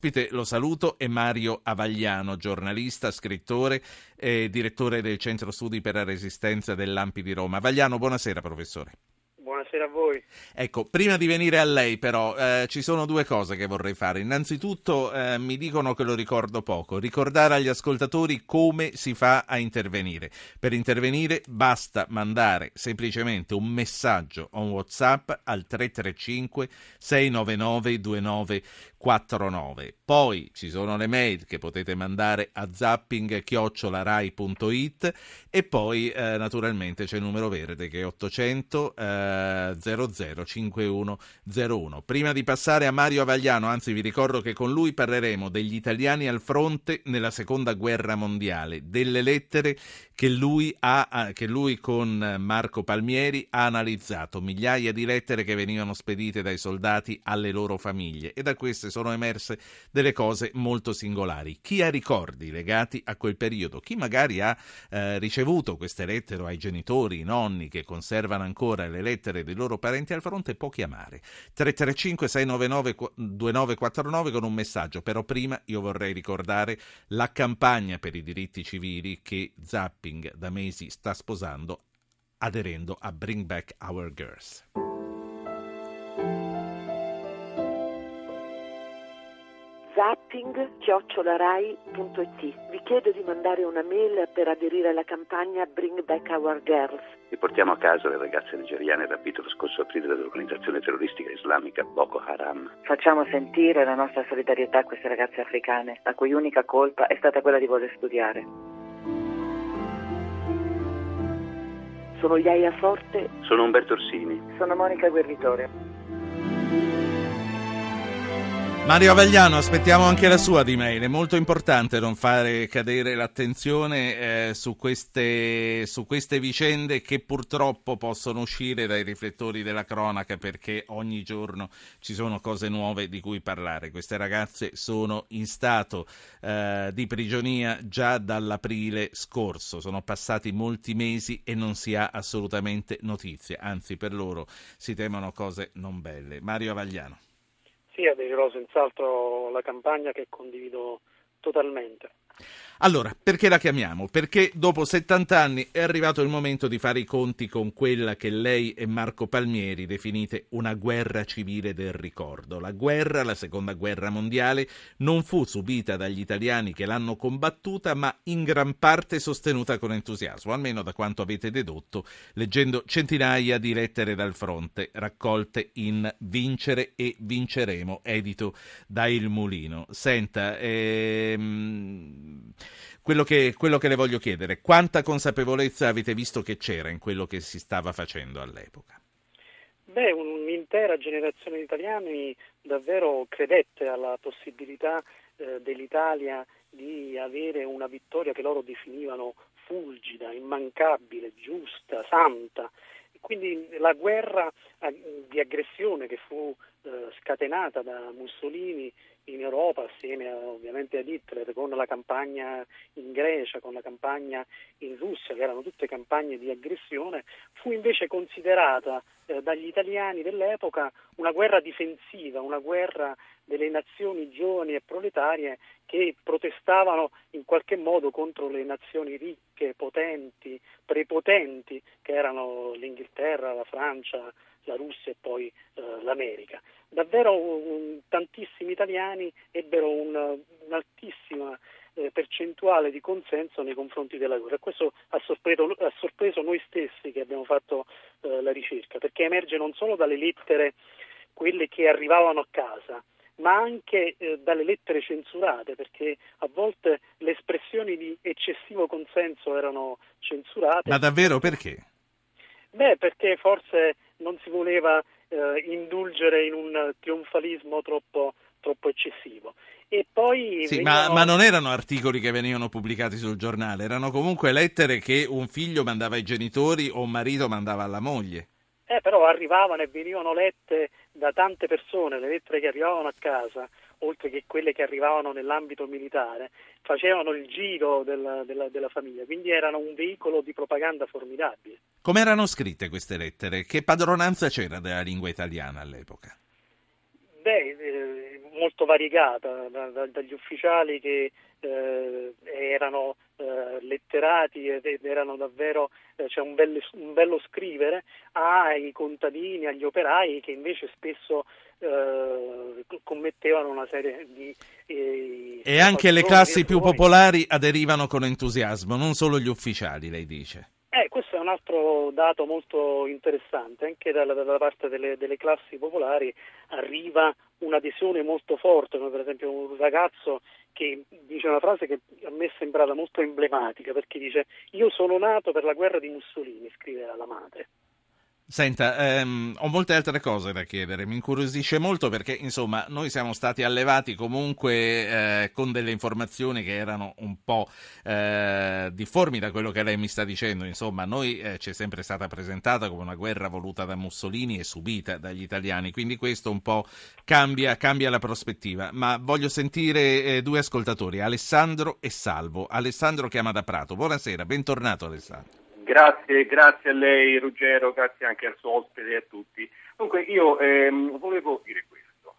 Lo saluto, è Mario Avagliano, giornalista, scrittore e direttore del Centro Studi per la Resistenza dell'Ampi di Roma. Avagliano, buonasera professore. Buonasera a voi. Ecco, prima di venire a lei però ci sono due cose che vorrei fare. Innanzitutto mi dicono che lo ricordo poco, ricordare agli ascoltatori come si fa a intervenire. Per intervenire basta mandare semplicemente un messaggio o un WhatsApp al 335 699 2949. Poi ci sono le mail che potete mandare a zapping@rai.it e poi naturalmente c'è il numero verde che è 800 005101. Prima di passare a Mario Avagliano, anzi vi ricordo che con lui parleremo degli italiani al fronte nella seconda guerra mondiale, delle lettere che lui con Marco Palmieri ha analizzato, migliaia di lettere che venivano spedite dai soldati alle loro famiglie, e da queste sono emerse delle cose molto singolari. Chi ha ricordi legati a quel periodo, chi magari ha ricevuto queste lettere ai genitori, i nonni che conservano ancora le lettere dei loro parenti al fronte, può chiamare 335 699 2949 con un messaggio. Però prima io vorrei ricordare la campagna per i diritti civili che Zapping da mesi sta sposando, aderendo a Bring Back Our Girls. zapping@rai.it. Vi chiedo di mandare una mail per aderire alla campagna Bring Back Our Girls. Riportiamo a casa le ragazze nigeriane rapite lo scorso aprile dall'organizzazione terroristica islamica Boko Haram. Facciamo sentire la nostra solidarietà a queste ragazze africane, la cui unica colpa è stata quella di voler studiare. Sono Iaia Forte. Sono Umberto Orsini. Sono Monica Guerritore. Mario Avagliano, aspettiamo anche la sua di mail. È molto importante non fare cadere l'attenzione su queste vicende che purtroppo possono uscire dai riflettori della cronaca, perché ogni giorno ci sono cose nuove di cui parlare. Queste ragazze sono in stato di prigionia già dall'aprile scorso, sono passati molti mesi e non si ha assolutamente notizie, anzi per loro si temono cose non belle. Mario Avagliano. Sì, aderirò senz'altro alla campagna, che condivido totalmente. Allora, perché la chiamiamo? Perché dopo 70 anni è arrivato il momento di fare i conti con quella che lei e Marco Palmieri definite una guerra civile del ricordo. La seconda guerra mondiale, non fu subita dagli italiani che l'hanno combattuta, ma in gran parte sostenuta con entusiasmo, almeno da quanto avete dedotto leggendo centinaia di lettere dal fronte, raccolte in Vincere e vinceremo, edito da Il Mulino. Senta, quello che le voglio chiedere: quanta consapevolezza avete visto che c'era in quello che si stava facendo all'epoca? Un'intera generazione di italiani davvero credette alla possibilità dell'Italia di avere una vittoria che loro definivano fulgida, immancabile, giusta, santa. Quindi la guerra di aggressione che fu scatenata da Mussolini in Europa, assieme ovviamente ad Hitler, con la campagna in Grecia, con la campagna in Russia, che erano tutte campagne di aggressione, fu invece considerata dagli italiani dell'epoca una guerra difensiva, una guerra delle nazioni giovani e proletarie che protestavano in qualche modo contro le nazioni ricche, potenti, prepotenti, che erano l'Inghilterra, la Francia, la Russia e poi l'America. Davvero tantissimi italiani ebbero un'altissima percentuale di consenso nei confronti della guerra, e questo ha sorpreso noi stessi che abbiamo fatto la ricerca, perché emerge non solo dalle lettere, quelle che arrivavano a casa, ma anche dalle lettere censurate, perché a volte le espressioni di eccessivo consenso erano censurate. Ma davvero perché? Perché forse non si voleva indulgere in un trionfalismo troppo eccessivo. E poi sì, ma non erano articoli che venivano pubblicati sul giornale, erano comunque lettere che un figlio mandava ai genitori o un marito mandava alla moglie. Però arrivavano e venivano lette da tante persone, le lettere che arrivavano a casa, oltre che quelle che arrivavano nell'ambito militare, facevano il giro della famiglia, quindi erano un veicolo di propaganda formidabile. Come erano scritte queste lettere? Che padronanza c'era della lingua italiana all'epoca? molto variegata, dagli ufficiali che erano letterati ed erano davvero un bello scrivere, ai contadini, agli operai che invece spesso commettevano una serie di e anche le classi più popolari aderivano con entusiasmo, non solo gli ufficiali, lei dice. Questo è un altro dato molto interessante, anche dalla parte delle classi popolari arriva un'adesione molto forte, come per esempio un ragazzo che dice una frase che a me è sembrata molto emblematica, perché dice: io sono nato per la guerra di Mussolini, scrive alla madre. Senta, ho molte altre cose da chiedere, mi incuriosisce molto perché insomma noi siamo stati allevati comunque con delle informazioni che erano un po' difformi da quello che lei mi sta dicendo, insomma noi ci è sempre stata presentata come una guerra voluta da Mussolini e subita dagli italiani, quindi questo un po' cambia la prospettiva, ma voglio sentire due ascoltatori, Alessandro e Salvo. Alessandro chiama da Prato, buonasera, bentornato Alessandro. Grazie a lei Ruggero, grazie anche al suo ospite e a tutti. Dunque io volevo dire questo.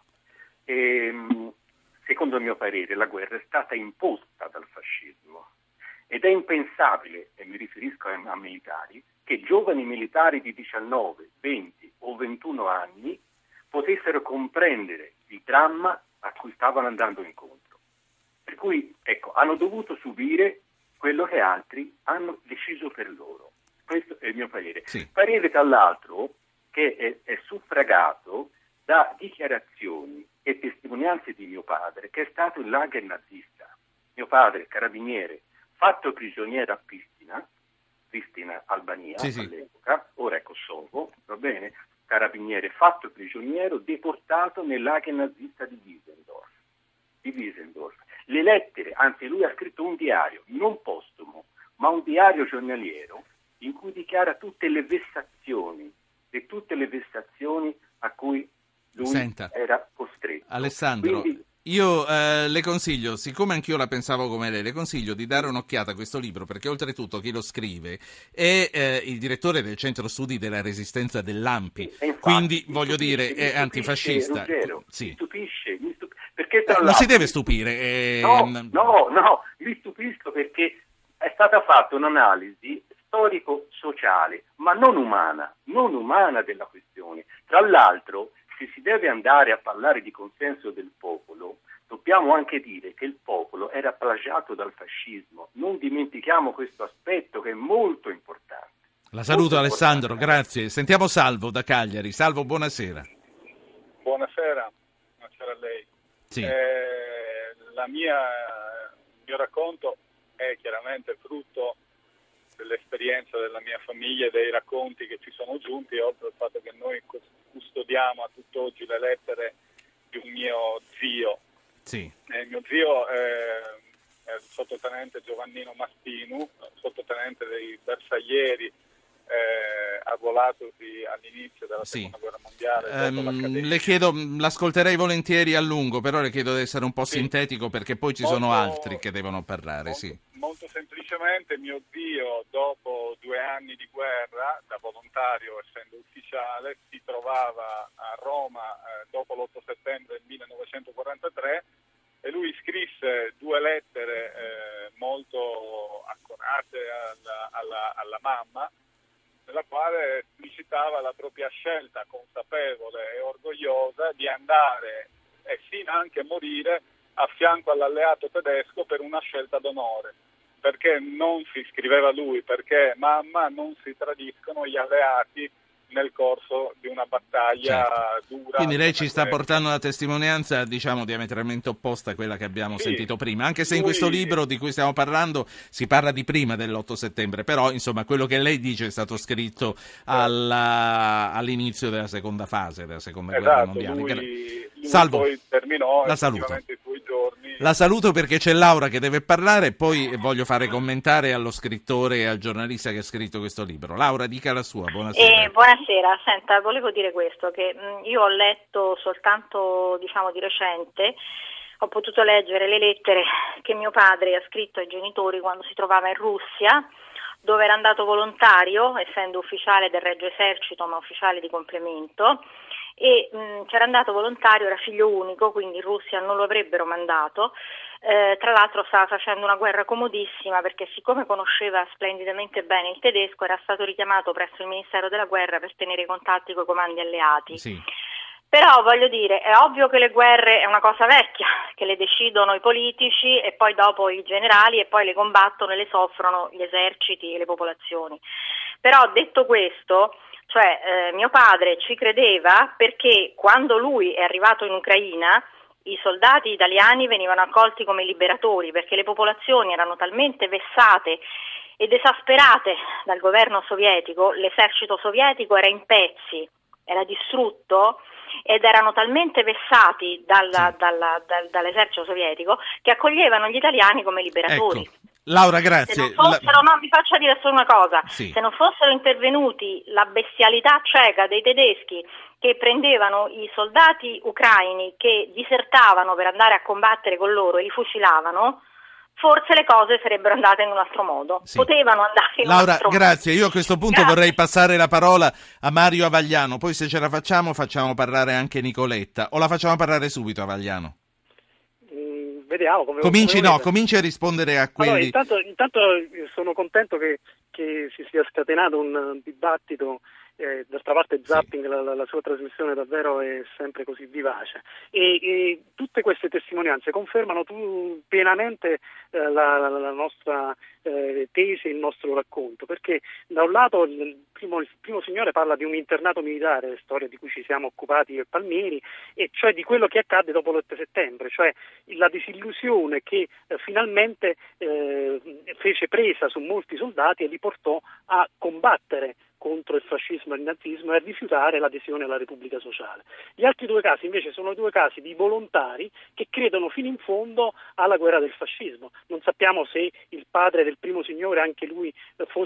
Secondo il mio parere la guerra è stata imposta dal fascismo ed è impensabile, e mi riferisco a militari, che giovani militari di 19, 20 o 21 anni potessero comprendere il dramma a cui stavano andando incontro. Per cui, hanno dovuto subire quello che altri hanno deciso per loro. Questo è il mio parere. Sì. Parere, tra l'altro, che è suffragato da dichiarazioni e testimonianze di mio padre, che è stato in lager nazista. Mio padre, carabiniere, fatto prigioniero a Pristina, Albania, all'epoca, ora è Kosovo, va bene? Carabiniere, fatto prigioniero, deportato nel lager nazista di Wiesendorf. Le lettere, anzi lui ha scritto un diario, non postumo, ma un diario giornaliero in cui dichiara tutte le vessazioni a cui lui era costretto. Alessandro, quindi, io le consiglio, siccome anch'io la pensavo come lei, le consiglio di dare un'occhiata a questo libro, perché oltretutto chi lo scrive è il direttore del centro studi della resistenza dell'ANPI, infatti, quindi voglio dire è antifascista. Ruggero, sì. Mi stupisce, perché tra non si deve stupire. No, mi stupisco perché è stata fatta un'analisi storico-sociale, ma non umana della questione. Tra l'altro, se si deve andare a parlare di consenso del popolo, dobbiamo anche dire che il popolo era plagiato dal fascismo. Non dimentichiamo questo aspetto che è molto importante. La saluto Alessandro, grazie. Sentiamo Salvo da Cagliari. Salvo, buonasera. Buonasera a lei. Sì. Il mio racconto è chiaramente frutto dell'esperienza della mia famiglia e dei racconti che ci sono giunti, oltre al fatto che noi custodiamo a tutt'oggi le lettere di un mio zio. Sì. Mio zio è il sottotenente Giovannino Mastinu, sottotenente dei bersaglieri, arruolatosi all'inizio della Seconda Guerra Mondiale. Le chiedo, l'ascolterei volentieri a lungo, però le chiedo di essere un po' sintetico perché poi ci sono altri che devono parlare. Molto semplicemente mio zio, dopo 2 anni di guerra, da volontario essendo ufficiale, si trovava a Roma dopo l'8 settembre del 1943 e lui scrisse 2 lettere molto accorate alla mamma, nella quale esplicitava la propria scelta consapevole e orgogliosa di andare e sin anche morire a fianco all'alleato tedesco per una scelta d'onore, perché non si scriveva lui, perché mamma non si tradiscono gli alleati nel corso di una battaglia dura. Quindi lei ci sta portando una testimonianza, diciamo, diametralmente opposta a quella che abbiamo sentito prima, anche se in questo libro di cui stiamo parlando si parla di prima dell'8 settembre, però insomma quello che lei dice è stato scritto all'inizio della seconda fase, della seconda guerra mondiale. Lui Salvo, poi terminò la saluto. i suoi giorni. La saluto perché c'è Laura che deve parlare e poi voglio fare commentare allo scrittore e al giornalista che ha scritto questo libro. Laura, dica la sua, buonasera. Buonasera, senta, volevo dire questo, che io ho letto soltanto, di recente, ho potuto leggere le lettere che mio padre ha scritto ai genitori quando si trovava in Russia, dove era andato volontario, essendo ufficiale del Regio Esercito, ma ufficiale di complemento, e c'era andato volontario, era figlio unico, quindi in Russia non lo avrebbero mandato. Tra l'altro stava facendo una guerra comodissima, perché siccome conosceva splendidamente bene il tedesco era stato richiamato presso il Ministero della Guerra per tenere i contatti con i comandi alleati. Sì. Però voglio dire, è ovvio che le guerre è una cosa vecchia, che le decidono i politici e poi dopo i generali e poi le combattono e le soffrono gli eserciti e le popolazioni. Però detto questo, mio padre ci credeva perché quando lui è arrivato in Ucraina i soldati italiani venivano accolti come liberatori, perché le popolazioni erano talmente vessate ed esasperate dal governo sovietico, l'esercito sovietico era in pezzi, era distrutto ed erano talmente vessati dall'esercito sovietico che accoglievano gli italiani come liberatori. Ecco. Laura, grazie. No, mi faccia dire solo una cosa. Sì. Se non fossero intervenuti la bestialità cieca dei tedeschi che prendevano i soldati ucraini che disertavano per andare a combattere con loro e li fucilavano, forse le cose sarebbero andate in un altro modo. Sì. Potevano andare in un Laura, altro modo. grazie. Io a questo punto vorrei passare la parola a Mario Avagliano, poi se ce la facciamo parlare anche Nicoletta, o la facciamo parlare subito Avagliano? Vediamo Cominci a rispondere a quelli. Allora, intanto sono contento che si sia scatenato un dibattito. D'altra parte Zapping, la sua trasmissione davvero è sempre così vivace e tutte queste testimonianze confermano pienamente la nostra tesi, il nostro racconto, perché da un lato il primo signore parla di un internato militare, storia di cui ci siamo occupati io e Palmieri, e cioè di quello che accadde dopo l'8 settembre, cioè la disillusione che finalmente fece presa su molti soldati e li portò a combattere contro il fascismo e il nazismo e a rifiutare l'adesione alla Repubblica Sociale. Gli altri due casi invece sono due casi di volontari che credono fino in fondo alla guerra del fascismo. Non sappiamo se il padre del primo signore, anche lui,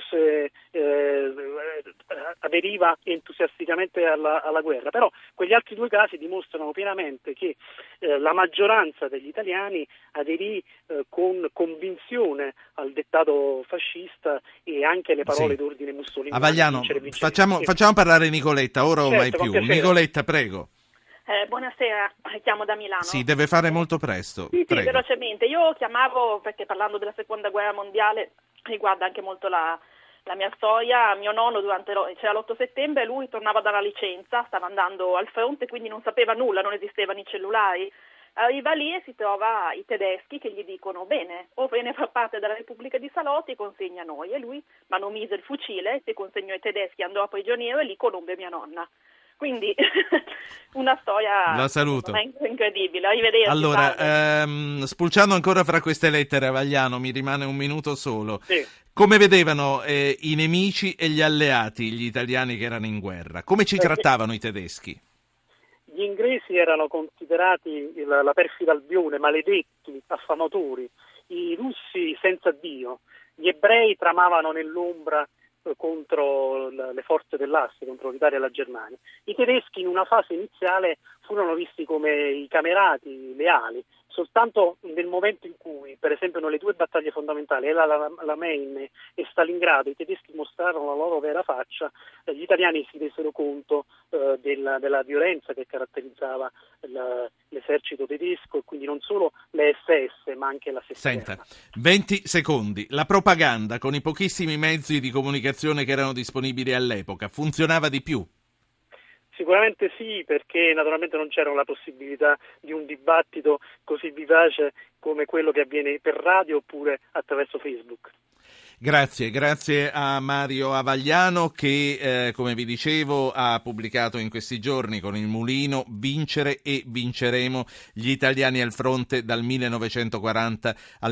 aderiva entusiasticamente alla guerra, però quegli altri due casi dimostrano pienamente che la maggioranza degli italiani aderì con convinzione al dettato fascista e anche alle parole d'ordine mussoliniane. Avagliano, facciamo parlare Nicoletta, ora o mai più. Nicoletta, prego. Buonasera, chiamo da Milano. Sì, deve fare molto presto. Sì, velocemente. Io chiamavo perché parlando della seconda guerra mondiale riguarda anche molto la mia storia. Mio nonno c'era l'8 settembre, lui tornava dalla licenza, stava andando al fronte, quindi non sapeva nulla, non esistevano i cellulari. Arriva lì e si trova i tedeschi che gli dicono: bene, o ve ne fa parte della Repubblica di Salò, ti consegna a noi. E lui manomise il fucile, si consegnò ai tedeschi, andò a prigioniero e lì conobbe mia nonna. Quindi una storia incredibile. Arrivederci. Allora, spulciando ancora fra queste lettere, Avagliano, mi rimane un minuto solo. Sì. Come vedevano i nemici e gli alleati, gli italiani che erano in guerra? Come ci trattavano i tedeschi? Gli inglesi erano considerati la perfida Albione, maledetti, affamatori, i russi senza Dio, gli ebrei tramavano nell'ombra contro le forze dell'asse, contro l'Italia e la Germania. I tedeschi in una fase iniziale furono visti come i camerati leali. Soltanto nel momento in cui, per esempio nelle due battaglie fondamentali, la Main e Stalingrado, i tedeschi mostrarono la loro vera faccia, gli italiani si resero conto della violenza che caratterizzava l'esercito tedesco e quindi non solo le SS ma anche la Sesta. Senta, 20 secondi. La propaganda con i pochissimi mezzi di comunicazione che erano disponibili all'epoca funzionava di più? Sicuramente sì, perché naturalmente non c'era la possibilità di un dibattito così vivace come quello che avviene per radio oppure attraverso Facebook. Grazie a Mario Avagliano che, come vi dicevo, ha pubblicato in questi giorni con Il Mulino Vincere e vinceremo, gli italiani al fronte dal 1940 al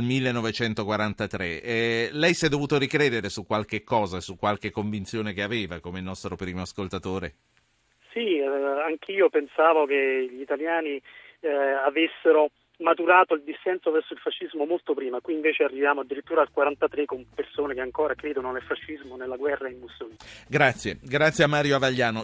1943. Lei si è dovuto ricredere su qualche cosa, su qualche convinzione che aveva, come il nostro primo ascoltatore? Sì, anch'io pensavo che gli italiani avessero maturato il dissenso verso il fascismo molto prima, qui invece arriviamo addirittura al 43 con persone che ancora credono nel fascismo, nella guerra e in Mussolini. Grazie a Mario Avagliano.